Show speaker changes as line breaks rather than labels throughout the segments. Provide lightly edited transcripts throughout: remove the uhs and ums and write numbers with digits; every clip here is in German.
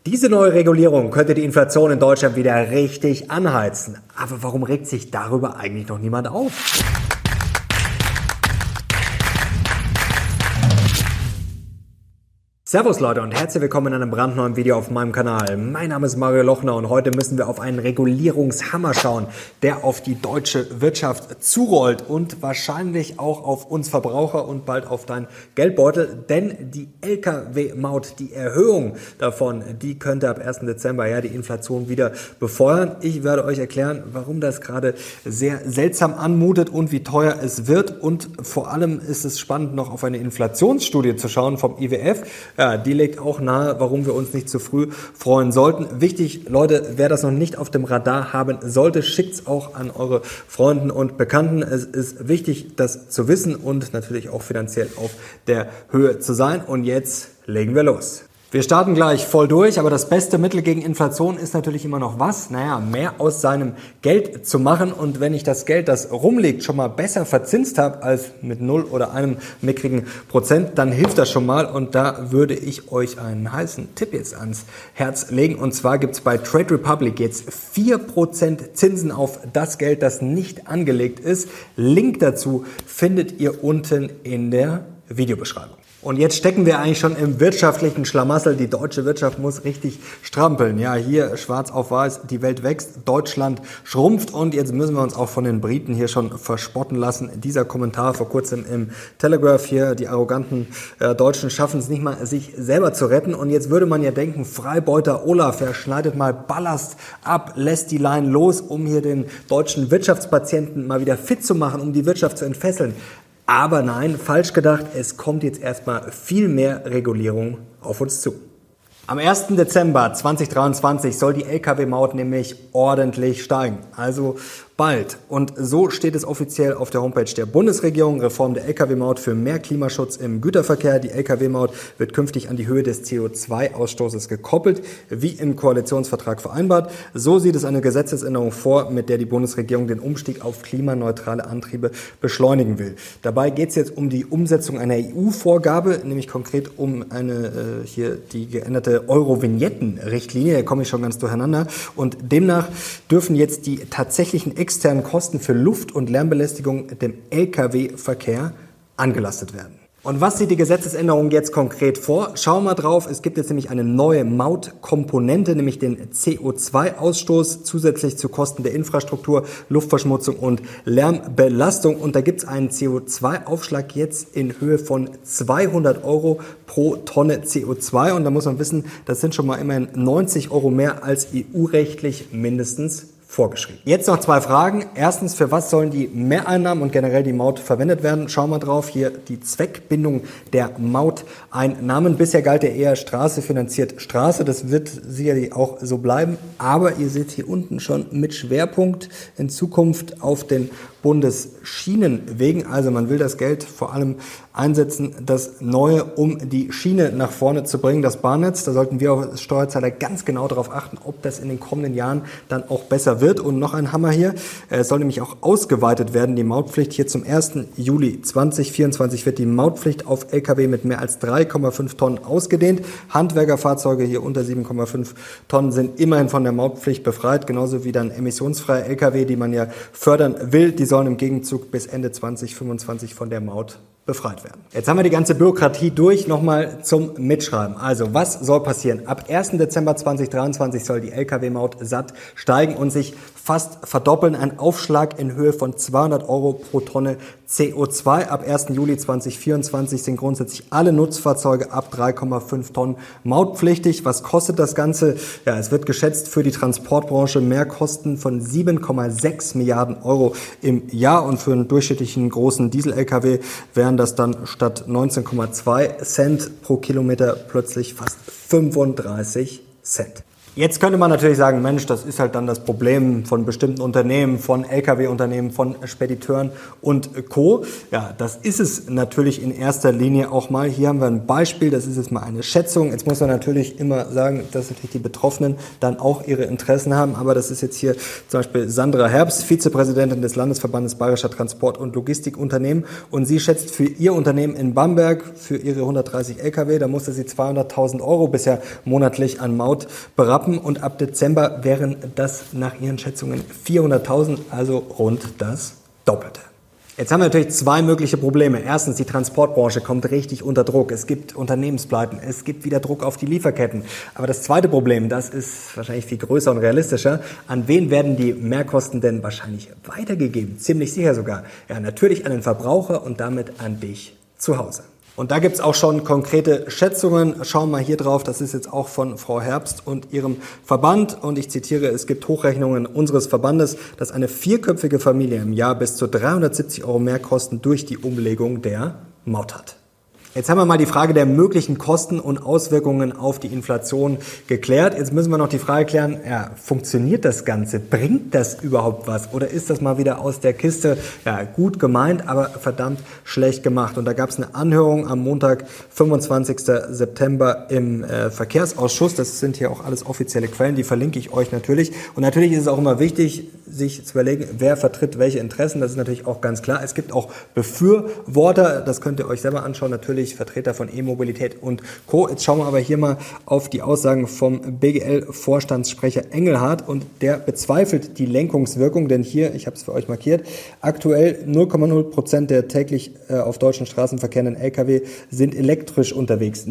Diese neue Regulierung könnte die Inflation in Deutschland wieder richtig anheizen. Aber warum regt sich darüber eigentlich noch niemand auf? Servus Leute und herzlich willkommen in einem brandneuen Video auf meinem Kanal. Mein Name ist Mario Lochner und heute müssen wir auf einen Regulierungshammer schauen, der auf die deutsche Wirtschaft zurollt und wahrscheinlich auch auf uns Verbraucher und bald auf dein Geldbeutel. Denn die Lkw-Maut, die Erhöhung davon, die könnte ab 1. Dezember die Inflation wieder befeuern. Ich werde euch erklären, warum das gerade sehr seltsam anmutet und wie teuer es wird. Und vor allem ist es spannend, noch auf eine Inflationsstudie zu schauen vom IWF. Ja, die legt auch nahe, warum wir uns nicht zu früh freuen sollten. Wichtig, Leute, wer das noch nicht auf dem Radar haben sollte, schickt's auch an eure Freunden und Bekannten. Es ist wichtig, das zu wissen und natürlich auch finanziell auf der Höhe zu sein. Und jetzt legen wir los. Wir starten gleich voll durch, aber das beste Mittel gegen Inflation ist natürlich immer noch was? Mehr aus seinem Geld zu machen. Und wenn ich das Geld, das rumliegt, schon mal besser verzinst habe als mit 0 oder einem mickrigen Prozent, dann hilft das schon mal. Und da würde ich euch einen heißen Tipp jetzt ans Herz legen. Und zwar gibt's bei Trade Republic jetzt 4% Zinsen auf das Geld, das nicht angelegt ist. Link dazu findet ihr unten in der Videobeschreibung. Und jetzt stecken wir eigentlich schon im wirtschaftlichen Schlamassel. Die deutsche Wirtschaft muss richtig strampeln. Ja, hier schwarz auf weiß, die Welt wächst, Deutschland schrumpft und jetzt müssen wir uns auch von den Briten hier schon verspotten lassen. Dieser Kommentar vor kurzem im Telegraph hier, die arroganten Deutschen schaffen es nicht mal, sich selber zu retten. Und jetzt würde man ja denken, Freibeuter Olaf, er schneidet mal Ballast ab, lässt die Leinen los, um hier den deutschen Wirtschaftspatienten mal wieder fit zu machen, um die Wirtschaft zu entfesseln. Aber nein, falsch gedacht, es kommt jetzt erstmal viel mehr Regulierung auf uns zu. Am 1. Dezember 2023 soll die Lkw-Maut nämlich ordentlich steigen, also bald. Und so steht es offiziell auf der Homepage der Bundesregierung. Reform der Lkw-Maut für mehr Klimaschutz im Güterverkehr. Die Lkw-Maut wird künftig an die Höhe des CO2-Ausstoßes gekoppelt, wie im Koalitionsvertrag vereinbart. So sieht es eine Gesetzesänderung vor, mit der die Bundesregierung den Umstieg auf klimaneutrale Antriebe beschleunigen will. Dabei geht es jetzt um die Umsetzung einer EU-Vorgabe, nämlich konkret um die geänderte Euro-Vignetten-Richtlinie. Da komme ich schon ganz durcheinander. Und demnach dürfen jetzt die tatsächlichen externen Kosten für Luft- und Lärmbelästigung dem Lkw-Verkehr angelastet werden. Und was sieht die Gesetzesänderung jetzt konkret vor? Schauen wir mal drauf. Es gibt jetzt nämlich eine neue Mautkomponente, nämlich den CO2-Ausstoß, zusätzlich zu Kosten der Infrastruktur, Luftverschmutzung und Lärmbelastung. Und da gibt es einen CO2-Aufschlag jetzt in Höhe von 200 Euro pro Tonne CO2. Und da muss man wissen, das sind schon mal immerhin 90 Euro mehr als EU-rechtlich mindestens vorgeschrieben. Jetzt noch zwei Fragen. Erstens, für was sollen die Mehreinnahmen und generell die Maut verwendet werden? Schauen wir drauf. Hier die Zweckbindung der Mauteinnahmen. Bisher galt ja eher Straße finanziert Straße. Das wird sicherlich auch so bleiben. Aber ihr seht hier unten schon mit Schwerpunkt in Zukunft auf den Bundesschienenwegen. Also man will das Geld vor allem einsetzen, das Neue, um die Schiene nach vorne zu bringen, das Bahnnetz. Da sollten wir als Steuerzahler ganz genau darauf achten, ob das in den kommenden Jahren dann auch besser wird. Und noch ein Hammer hier, es soll nämlich auch ausgeweitet werden, die Mautpflicht. Hier zum 1. Juli 2024 wird die Mautpflicht auf Lkw mit mehr als 3,5 Tonnen ausgedehnt. Handwerkerfahrzeuge hier unter 7,5 Tonnen sind immerhin von der Mautpflicht befreit, genauso wie dann emissionsfreie Lkw, die man ja fördern will. Die sollen im Gegenzug bis Ende 2025 von der Maut befreit werden. Jetzt haben wir die ganze Bürokratie durch. Nochmal zum Mitschreiben. Also, was soll passieren? Ab 1. Dezember 2023 soll die Lkw-Maut satt steigen und sich fast verdoppeln. Ein Aufschlag in Höhe von 200 Euro pro Tonne CO2. Ab 1. Juli 2024 sind grundsätzlich alle Nutzfahrzeuge ab 3,5 Tonnen mautpflichtig. Was kostet das Ganze? Ja, es wird geschätzt für die Transportbranche Mehrkosten von 7,6 Milliarden Euro im Jahr und für einen durchschnittlichen großen Diesel-Lkw wären das dann statt 19,2 Cent pro Kilometer plötzlich fast 35 Cent. Jetzt könnte man natürlich sagen, Mensch, das ist halt dann das Problem von bestimmten Unternehmen, von Lkw-Unternehmen, von Spediteuren und Co. Ja, das ist es natürlich in erster Linie auch mal. Hier haben wir ein Beispiel, das ist jetzt mal eine Schätzung. Jetzt muss man natürlich immer sagen, dass natürlich die Betroffenen dann auch ihre Interessen haben. Aber das ist jetzt hier zum Beispiel Sandra Herbst, Vizepräsidentin des Landesverbandes Bayerischer Transport- und Logistikunternehmen. Und sie schätzt für ihr Unternehmen in Bamberg, für ihre 130 Lkw, da musste sie 200.000 € bisher monatlich an Maut berappen. Und ab Dezember wären das nach ihren Schätzungen 400.000, also rund das Doppelte. Jetzt haben wir natürlich zwei mögliche Probleme. Erstens, die Transportbranche kommt richtig unter Druck. Es gibt Unternehmenspleiten, es gibt wieder Druck auf die Lieferketten. Aber das zweite Problem, das ist wahrscheinlich viel größer und realistischer. An wen werden die Mehrkosten denn wahrscheinlich weitergegeben? Ziemlich sicher sogar. Ja, natürlich an den Verbraucher und damit an dich zu Hause. Und da gibt's auch schon konkrete Schätzungen. Schauen wir mal hier drauf. Das ist jetzt auch von Frau Herbst und ihrem Verband. Und ich zitiere, es gibt Hochrechnungen unseres Verbandes, dass eine vierköpfige Familie im Jahr bis zu 370 € Mehrkosten durch die Umlegung der Maut hat. Jetzt haben wir mal die Frage der möglichen Kosten und Auswirkungen auf die Inflation geklärt. Jetzt müssen wir noch die Frage klären, ja, funktioniert das Ganze? Bringt das überhaupt was? Oder ist das mal wieder aus der Kiste, ja, gut gemeint, aber verdammt schlecht gemacht? Und da gab es eine Anhörung am Montag, 25. September im Verkehrsausschuss. Das sind hier auch alles offizielle Quellen, die verlinke ich euch natürlich. Und natürlich ist es auch immer wichtig, sich zu überlegen, wer vertritt welche Interessen. Das ist natürlich auch ganz klar. Es gibt auch Befürworter, das könnt ihr euch selber anschauen, natürlich Vertreter von E-Mobilität und Co. Jetzt schauen wir aber hier mal auf die Aussagen vom BGL-Vorstandssprecher Engelhardt und der bezweifelt die Lenkungswirkung, denn hier, ich habe es für euch markiert, aktuell 0,0% der täglich auf deutschen Straßen verkehrenden Lkw sind elektrisch unterwegs.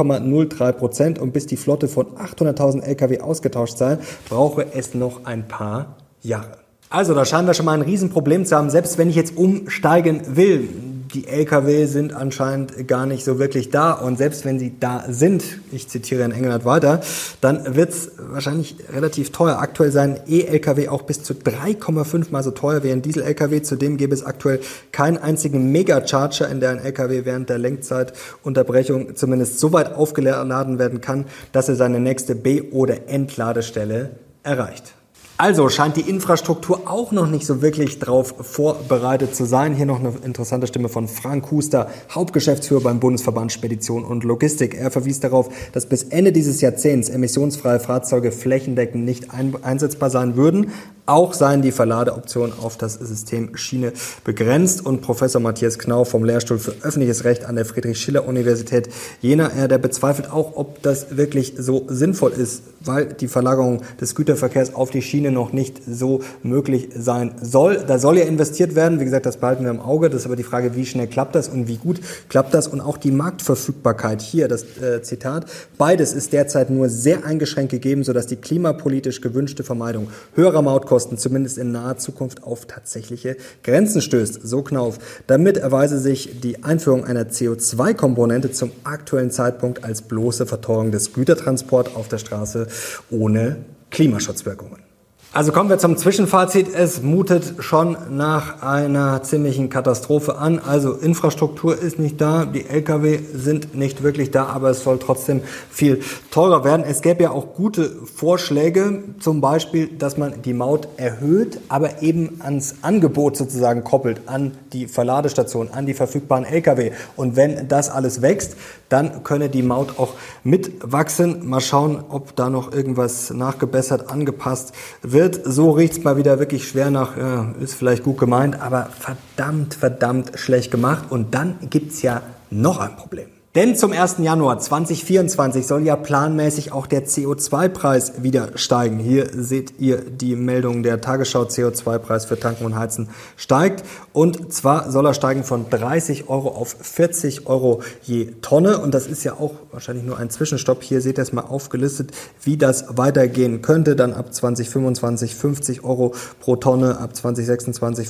0,03% und bis die Flotte von 800.000 Lkw ausgetauscht sei, brauche es noch ein paar Jahre. Also, da scheinen wir schon mal ein Riesenproblem zu haben, selbst wenn ich jetzt umsteigen will. Die Lkw sind anscheinend gar nicht so wirklich da und selbst wenn sie da sind, ich zitiere Herrn Engelhardt weiter, dann wird es wahrscheinlich relativ teuer. Aktuell seien E-Lkw auch bis zu 3,5 Mal so teuer wie ein Diesel-Lkw. Zudem gäbe es aktuell keinen einzigen Mega-Charger, in der ein Lkw während der Lenkzeitunterbrechung zumindest so weit aufgeladen werden kann, dass er seine nächste B- oder Entladestelle erreicht. Also scheint die Infrastruktur auch noch nicht so wirklich drauf vorbereitet zu sein. Hier noch eine interessante Stimme von Frank Huster, Hauptgeschäftsführer beim Bundesverband Spedition und Logistik. Er verwies darauf, dass bis Ende dieses Jahrzehnts emissionsfreie Fahrzeuge flächendeckend nicht einsetzbar sein würden. Auch seien die Verladeoptionen auf das System Schiene begrenzt. Und Professor Matthias Knau vom Lehrstuhl für öffentliches Recht an der Friedrich-Schiller-Universität Jena, der bezweifelt auch, ob das wirklich so sinnvoll ist, weil die Verlagerung des Güterverkehrs auf die Schiene noch nicht so möglich sein soll. Da soll ja investiert werden. Wie gesagt, das behalten wir im Auge. Das ist aber die Frage, wie schnell klappt das und wie gut klappt das? Und auch die Marktverfügbarkeit. Hier das Zitat. Beides ist derzeit nur sehr eingeschränkt gegeben, sodass die klimapolitisch gewünschte Vermeidung höherer Mautkosten zumindest in naher Zukunft auf tatsächliche Grenzen stößt. So Knauf. Damit erweise sich die Einführung einer CO2-Komponente zum aktuellen Zeitpunkt als bloße Verteuerung des Gütertransports auf der Straße ohne Klimaschutzwirkungen. Also kommen wir zum Zwischenfazit. Es mutet schon nach einer ziemlichen Katastrophe an. Also Infrastruktur ist nicht da, die Lkw sind nicht wirklich da, aber es soll trotzdem viel teurer werden. Es gäbe ja auch gute Vorschläge, zum Beispiel, dass man die Maut erhöht, aber eben ans Angebot sozusagen koppelt, an die Verladestation, an die verfügbaren Lkw. Und wenn das alles wächst, dann könne die Maut auch mitwachsen. Mal schauen, ob da noch irgendwas nachgebessert, angepasst wird. So riecht's mal wieder wirklich schwer nach, ist vielleicht gut gemeint, aber verdammt schlecht gemacht. Und dann gibt's ja noch ein Problem. Denn zum 1. Januar 2024 soll ja planmäßig auch der CO2-Preis wieder steigen. Hier seht ihr die Meldung der Tagesschau, CO2-Preis für Tanken und Heizen steigt. Und zwar soll er steigen von 30 € auf 40 € je Tonne. Und das ist ja auch wahrscheinlich nur ein Zwischenstopp. Hier seht ihr es mal aufgelistet, wie das weitergehen könnte. Dann ab 2025 50 € pro Tonne, ab 2026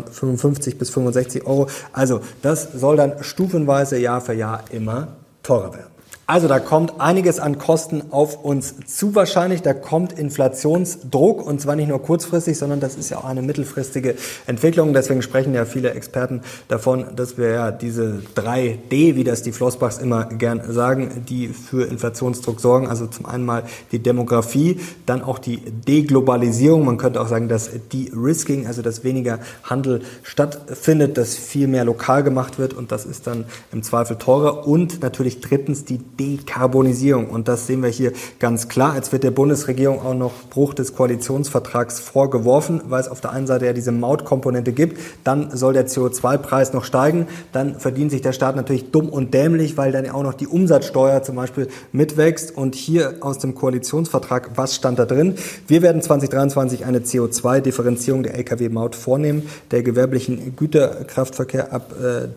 55 bis 65 €. Also das soll dann stufenweise Jahr für Jahr immer teurer werden. Also da kommt einiges an Kosten auf uns zu wahrscheinlich. Da kommt Inflationsdruck und zwar nicht nur kurzfristig, sondern das ist ja auch eine mittelfristige Entwicklung. Deswegen sprechen ja viele Experten davon, dass wir ja diese 3D, wie das die Flossbachs immer gern sagen, die für Inflationsdruck sorgen. Also zum einen mal die Demografie, dann auch die Deglobalisierung. Man könnte auch sagen, dass De-Risking, also dass weniger Handel stattfindet, dass viel mehr lokal gemacht wird und das ist dann im Zweifel teurer. Und natürlich drittens die Dekarbonisierung. Und das sehen wir hier ganz klar. Jetzt wird der Bundesregierung auch noch Bruch des Koalitionsvertrags vorgeworfen, weil es auf der einen Seite ja diese Mautkomponente gibt. Dann soll der CO2-Preis noch steigen. Dann verdient sich der Staat natürlich dumm und dämlich, weil dann ja auch noch die Umsatzsteuer zum Beispiel mitwächst. Und hier aus dem Koalitionsvertrag, was stand da drin? Wir werden 2023 eine CO2-Differenzierung der Lkw-Maut vornehmen, den gewerblichen Güterkraftverkehr ab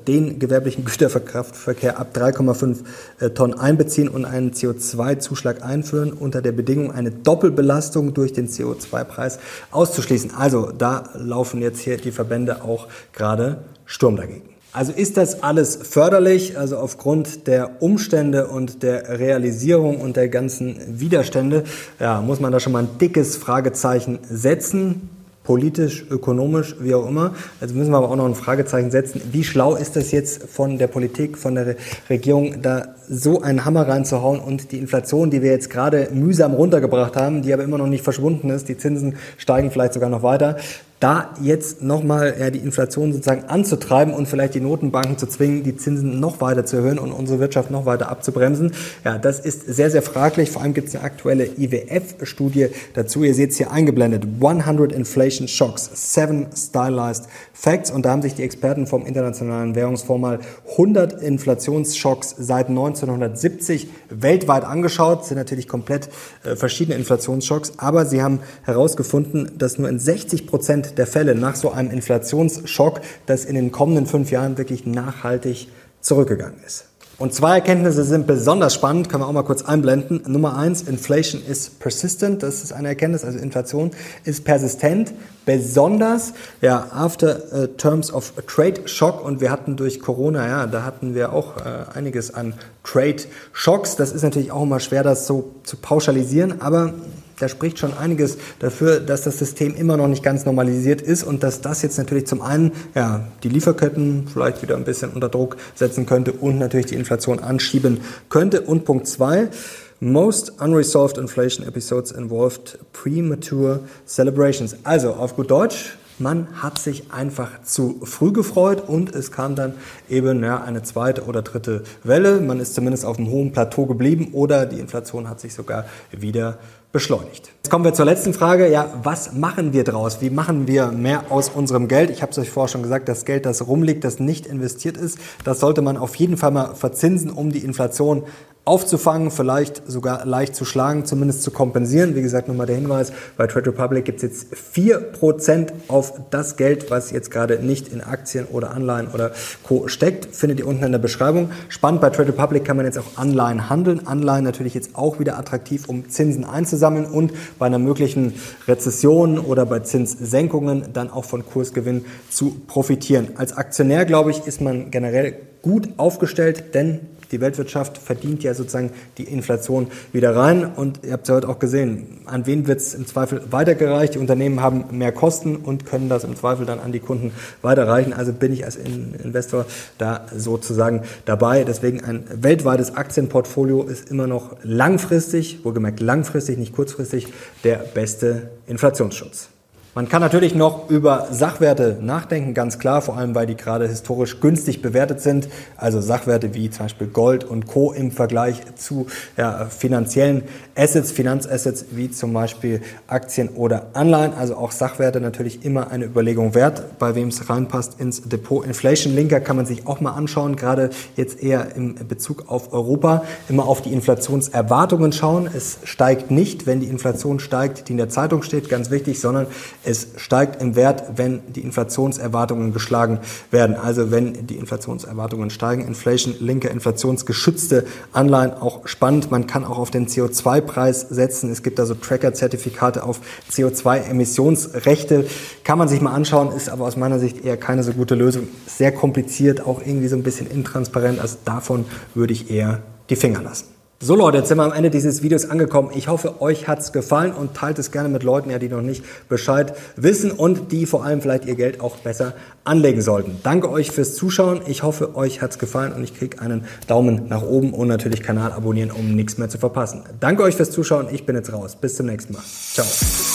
3,5 Tonnen einbeziehen und einen CO2-Zuschlag einführen, unter der Bedingung, eine Doppelbelastung durch den CO2-Preis auszuschließen. Also da laufen jetzt hier die Verbände auch gerade Sturm dagegen. Also ist das alles förderlich? Also aufgrund der Umstände und der Realisierung und der ganzen Widerstände, ja, muss man da schon mal ein dickes Fragezeichen setzen. Politisch, ökonomisch, wie auch immer. Also müssen wir aber auch noch ein Fragezeichen setzen. Wie schlau ist das jetzt von der Politik, von der Regierung, da so einen Hammer reinzuhauen und die Inflation, die wir jetzt gerade mühsam runtergebracht haben, die aber immer noch nicht verschwunden ist, die Zinsen steigen vielleicht sogar noch weiter, da jetzt nochmal die Inflation sozusagen anzutreiben und vielleicht die Notenbanken zu zwingen, die Zinsen noch weiter zu erhöhen und unsere Wirtschaft noch weiter abzubremsen. Ja, das ist sehr, sehr fraglich. Vor allem gibt es eine aktuelle IWF-Studie dazu. Ihr seht es hier eingeblendet. 100 Inflation Shocks, 7 Stylized Facts. Und da haben sich die Experten vom Internationalen Währungsfonds mal 100 Inflationsschocks seit 1970 weltweit angeschaut. Das sind natürlich komplett verschiedene Inflationsschocks. Aber sie haben herausgefunden, dass nur in 60% der Fälle nach so einem Inflationsschock, das in den kommenden 5 Jahren wirklich nachhaltig zurückgegangen ist. Und 2 Erkenntnisse sind besonders spannend, können wir auch mal kurz einblenden. Nummer 1, Inflation is persistent, das ist eine Erkenntnis, also Inflation ist persistent, besonders after terms of trade shock. Und wir hatten durch Corona, da hatten wir auch einiges an Trade Shocks. Das ist natürlich auch immer schwer, das so zu pauschalisieren, aber da spricht schon einiges dafür, dass das System immer noch nicht ganz normalisiert ist und dass das jetzt natürlich zum einen die Lieferketten vielleicht wieder ein bisschen unter Druck setzen könnte und natürlich die Inflation anschieben könnte. Und Punkt 2, most unresolved inflation episodes involved premature celebrations. Also auf gut Deutsch, man hat sich einfach zu früh gefreut und es kam dann eben eine zweite oder dritte Welle. Man ist zumindest auf einem hohen Plateau geblieben oder die Inflation hat sich sogar wieder beschleunigt. Jetzt kommen wir zur letzten Frage. Was machen wir draus? Wie machen wir mehr aus unserem Geld? Ich habe es euch vorher schon gesagt, das Geld, das rumliegt, das nicht investiert ist, das sollte man auf jeden Fall mal verzinsen, um die Inflation aufzufangen, vielleicht sogar leicht zu schlagen, zumindest zu kompensieren. Wie gesagt, nochmal der Hinweis, bei Trade Republic gibt es jetzt 4% auf das Geld, was jetzt gerade nicht in Aktien oder Anleihen oder Co. steckt. Findet ihr unten in der Beschreibung. Spannend, bei Trade Republic kann man jetzt auch Anleihen handeln. Anleihen natürlich jetzt auch wieder attraktiv, um Zinsen einzusammeln und bei einer möglichen Rezession oder bei Zinssenkungen dann auch von Kursgewinn zu profitieren. Als Aktionär, glaube ich, ist man generell gut aufgestellt, denn die Weltwirtschaft verdient ja sozusagen die Inflation wieder rein und ihr habt es ja heute auch gesehen, an wen wird es im Zweifel weitergereicht? Die Unternehmen haben mehr Kosten und können das im Zweifel dann an die Kunden weiterreichen. Also bin ich als Investor da sozusagen dabei. Deswegen ein weltweites Aktienportfolio ist immer noch langfristig, wohlgemerkt langfristig, nicht kurzfristig, der beste Inflationsschutz. Man kann natürlich noch über Sachwerte nachdenken, ganz klar, vor allem weil die gerade historisch günstig bewertet sind. Also Sachwerte wie zum Beispiel Gold und Co. im Vergleich zu finanziellen Assets, Finanzassets wie zum Beispiel Aktien oder Anleihen. Also auch Sachwerte natürlich immer eine Überlegung wert, bei wem es reinpasst ins Depot. Inflation Linker kann man sich auch mal anschauen, gerade jetzt eher im Bezug auf Europa. Immer auf die Inflationserwartungen schauen. Es steigt nicht, wenn die Inflation steigt, die in der Zeitung steht, ganz wichtig, sondern es steigt im Wert, wenn die Inflationserwartungen geschlagen werden. Also wenn die Inflationserwartungen steigen. Inflation Linker, inflationsgeschützte Anleihen, auch spannend. Man kann auch auf den CO2-Preis setzen. Es gibt also Tracker-Zertifikate auf CO2-Emissionsrechte. Kann man sich mal anschauen, ist aber aus meiner Sicht eher keine so gute Lösung. Sehr kompliziert, auch irgendwie so ein bisschen intransparent. Also davon würde ich eher die Finger lassen. So Leute, jetzt sind wir am Ende dieses Videos angekommen. Ich hoffe, euch hat's gefallen und teilt es gerne mit Leuten, die noch nicht Bescheid wissen und die vor allem vielleicht ihr Geld auch besser anlegen sollten. Danke euch fürs Zuschauen. Ich hoffe, euch hat's gefallen und ich kriege einen Daumen nach oben und natürlich Kanal abonnieren, um nichts mehr zu verpassen. Danke euch fürs Zuschauen. Ich bin jetzt raus. Bis zum nächsten Mal. Ciao.